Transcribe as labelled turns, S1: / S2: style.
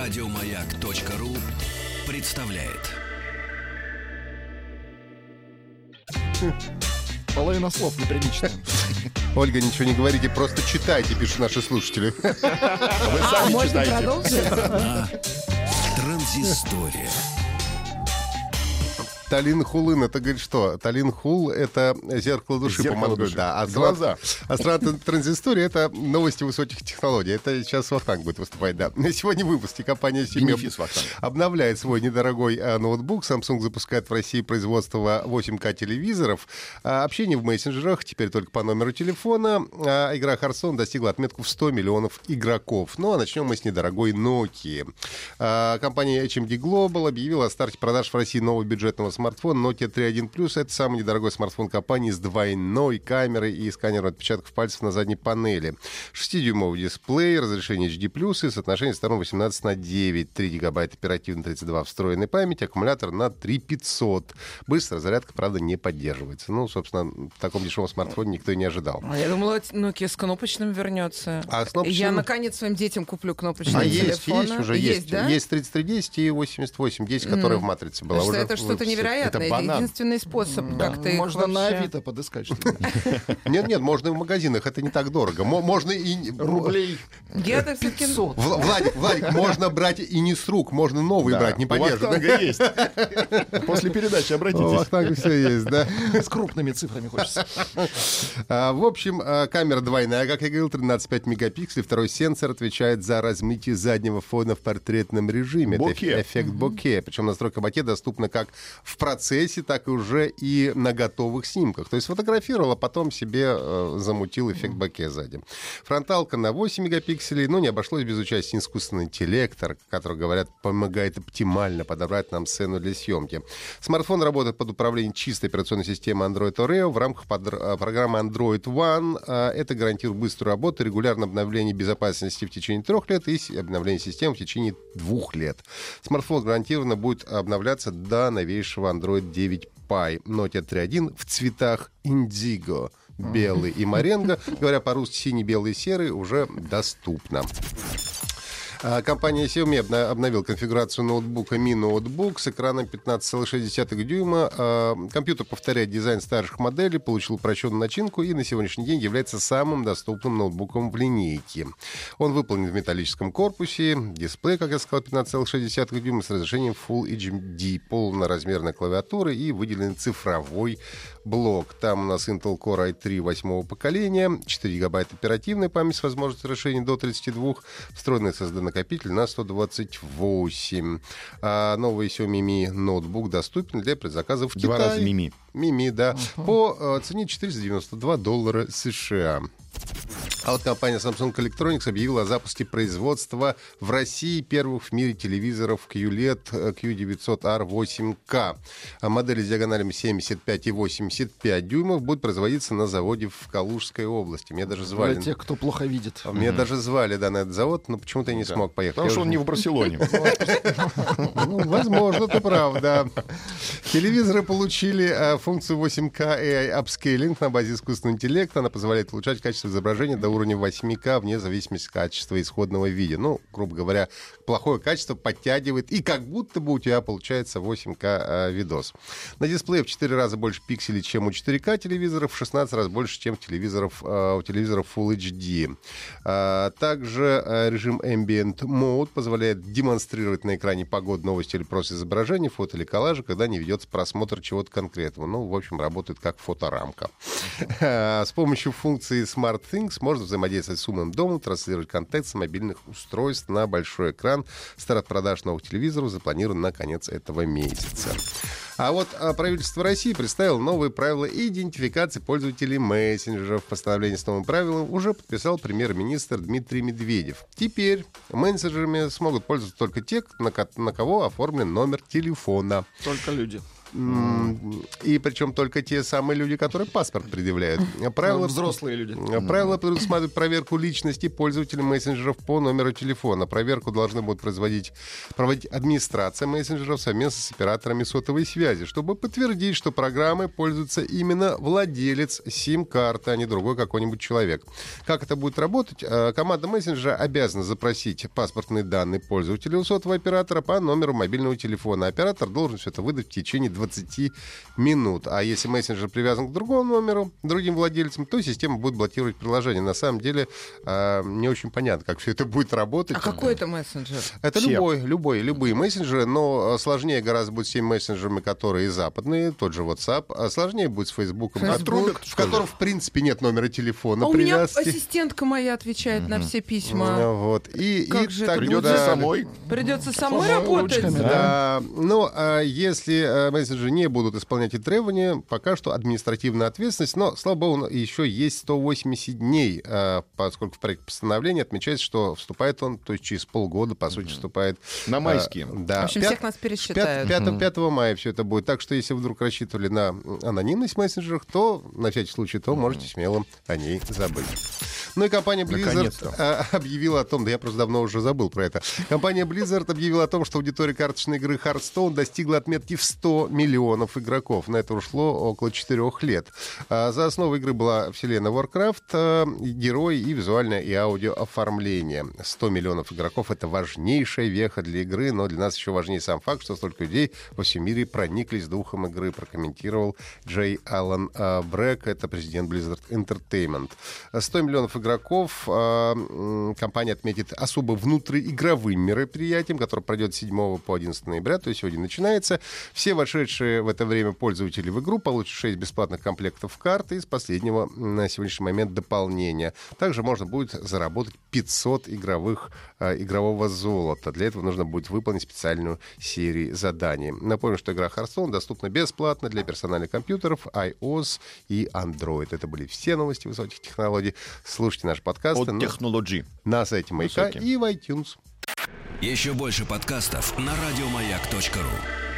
S1: Радиомаяк.ру представляет.
S2: Половина слов неприличная.
S3: Ольга, ничего не говорите, просто читайте, пишут наши слушатели.
S2: Вы сами читайте.
S1: Транзистория.
S3: Талин Хулын, это говорит что? Талин Хул — это зеркало души,
S2: Зеркало
S3: по-моему.
S2: души.
S3: Да.
S2: Глаза.
S3: А страна транзистория — это новости высоких технологий. Это сейчас Вахтанг будет выступать, да. Сегодня в выпуске компания
S2: Бенефис Вахтанг.
S3: обновляет свой недорогой ноутбук. Samsung запускает в России производство 8К телевизоров. Общение в мессенджерах теперь только по номеру телефона. Игра Hearthstone достигла отметку в 100 миллионов игроков. Ну а начнем мы с недорогой Nokia. Компания HMD Global объявила о старте продаж в России нового бюджетного смартфон Nokia 3.1 Plus. Это самый недорогой смартфон компании с двойной камерой и сканером отпечатков пальцев на задней панели. 6-дюймовый дисплей, разрешение HD+, и соотношение сторон 18:9, 3 гигабайта оперативной, 32 встроенной памяти, аккумулятор на 3500. Быстрая зарядка, правда, не поддерживается. Ну, собственно, в таком дешевом смартфоне никто и не ожидал.
S4: Я думала, Nokia с кнопочным вернется.
S3: А с кнопочным?
S4: Я, наконец, своим детям куплю кнопочный телефон.
S3: Есть уже.
S4: Да?
S3: Есть 3310 и 8810, которая в матрице была.
S4: Потому что
S3: уже
S4: это что-то невероятное.
S2: Это
S4: Это
S2: банан.
S4: единственный способ как-то их
S2: Можно на
S4: вообще-
S2: Авито подыскать что-то.
S3: Нет, можно и в магазинах, это не так дорого. Можно и...
S2: Рублей
S4: Я-то все-таки...
S2: 500.
S3: Владик, можно брать и не с рук, можно новый брать, не
S2: У Вахтанга
S3: подержанный.
S2: есть. После передачи
S3: У
S2: обратитесь.
S3: Вахтанга все есть, да.
S2: С крупными цифрами хочется.
S3: В общем, камера двойная, как я говорил, 13,5 мегапикселей. Второй сенсор отвечает за размытие заднего фона в портретном режиме.
S2: Боке.
S3: Это эффект боке. Причем настройка боке доступна как в процессе, так и уже и на готовых снимках. То есть фотографировал, а потом себе замутил эффект боке сзади. Фронталка на 8 мегапикселей, но не обошлось без участия искусственного интеллекта, который, говорят, помогает оптимально подобрать нам сцену для съемки. Смартфон работает под управлением чистой операционной системы Android Oreo в рамках программы Android One. Это гарантирует быструю работу, регулярное обновление безопасности в течение 3 лет и обновление системы в течение 2 лет. Смартфон гарантированно будет обновляться до новейшего Android 9 Pie. Nokia 3.1 в цветах индиго, белый и моренго. Говоря по-русски, синий, белый и серый уже доступно. Компания Xiaomi обновила конфигурацию ноутбука Mi Notebook с экраном 15,6 дюйма. Компьютер повторяет дизайн старших моделей, получил упрощенную начинку и на сегодняшний день является самым доступным ноутбуком в линейке. Он выполнен в металлическом корпусе, дисплей, как я сказал, 15,6 дюйма с разрешением Full HD, полноразмерная клавиатура и выделенный цифровой блок. Там у нас Intel Core i3 8-го поколения, 4 гигабайта оперативной памяти с возможностью расширения до 32, встроенный SSD-накопитель на 128. Новый Xiaomi Mi ноутбук доступен для предзаказа в Китае.
S2: 2 раза Мими.
S3: Мими, да. По цене $492 США. А вот компания Samsung Electronics объявила о запуске производства в России первых в мире телевизоров QLED Q900R 8K. Модели с диагоналями 75 и 85 дюймов будут производиться на заводе в Калужской области. Меня даже звали.
S2: Для тех, кто плохо видит.
S3: Меня даже звали, да, на этот завод, но почему-то я не смог поехать.
S2: Потому что он не в Барселоне.
S3: Ну, возможно, ты прав, да. Телевизоры получили функцию 8K AI Upscaling на базе искусственного интеллекта. Она позволяет улучшать качество изображения до уровня 8К вне зависимости от качества исходного видео. Ну, грубо говоря, плохое качество подтягивает, и как будто бы у тебя получается 8К видос. На дисплее в 4 раза больше пикселей, чем у 4К телевизоров, в 16 раз больше, чем у телевизоров Full HD. Также режим Ambient Mode позволяет демонстрировать на экране погоду, новости или просто изображение, фото или коллажи, когда не ведется просмотр чего-то конкретного. Ну, в общем, работает как фоторамка. С помощью функции SmartThings можно взаимодействовать с умным домом, транслировать контент с мобильных устройств на большой экран. Старт продаж новых телевизоров запланирован на конец этого месяца. А вот правительство России представило новые правила идентификации пользователей мессенджеров. Постановление с новым правилом уже подписал премьер-министр Дмитрий Медведев. Теперь мессенджерами смогут пользоваться только те, на кого оформлен номер телефона.
S2: Только люди.
S3: И причем только те самые люди, которые паспорт предъявляют. Правила
S2: Взрослые люди.
S3: Правила предусматривают проверку личности пользователей мессенджеров по номеру телефона. Проверку должны будут проводить администрация мессенджеров совместно с операторами сотовой связи, чтобы подтвердить, что программой пользуется именно владелец сим-карты, а не другой какой-нибудь человек. Как это будет работать? Команда мессенджера обязана запросить паспортные данные пользователя у сотового оператора по номеру мобильного телефона. Оператор должен все это выдать в течение 20 минут. А если мессенджер привязан к другому номеру, другим владельцам, то система будет блокировать приложение. На самом деле не очень понятно, как все это будет работать.
S4: А какой это мессенджер?
S3: Это любые мессенджеры, но сложнее гораздо будет с теми мессенджерами, которые западные, тот же WhatsApp, а сложнее будет с Facebook, в котором, в принципе, нет номера телефона.
S4: А у меня ассистентка моя отвечает на все письма.
S3: Вот.
S4: Придется самой работать.
S3: Да. Но если мессенджеры не будут исполнять эти требования, пока что административная ответственность, но, слава богу, еще есть 180 дней, поскольку в проекте постановления отмечается, что вступает он, то есть через полгода, по сути, вступает...
S2: На майские.
S3: Да.
S4: В общем, всех нас пересчитают.
S3: 5 мая все это будет. Так что, если вы вдруг рассчитывали на анонимность в мессенджерах, то, на всякий случай, то можете смело о ней забыть. Ну и компания Blizzard объявила о том, да я просто давно уже забыл про это. Компания Blizzard объявила о том, что аудитория карточной игры Hearthstone достигла отметки в 100 миллионов игроков. На это ушло около 4 лет. За основу игры была вселенная Warcraft, герои и визуальное и аудио оформление. 100 миллионов игроков — это важнейшая веха для игры, но для нас еще важнее сам факт, что столько людей во всем мире прониклись духом игры, прокомментировал Джей Аллен Брэк, это президент Blizzard Entertainment. 100 миллионов игроков компания отметит особо внутриигровым мероприятием, которое пройдет с 7 по 11 ноября, то есть сегодня начинается. Все вошедшие в это время пользователи в игру получат 6 бесплатных комплектов карт из последнего на сегодняшний момент дополнения. Также можно будет заработать 500 игрового золота. Для этого нужно будет выполнить специальную серию заданий. Напомню, что игра Hearthstone доступна бесплатно для персональных компьютеров iOS и Android. Это были все новости высоких технологий. Слушайте наш подкаст на сайте Маяка и в iTunes.
S1: Еще больше подкастов на радиомаяк.ру.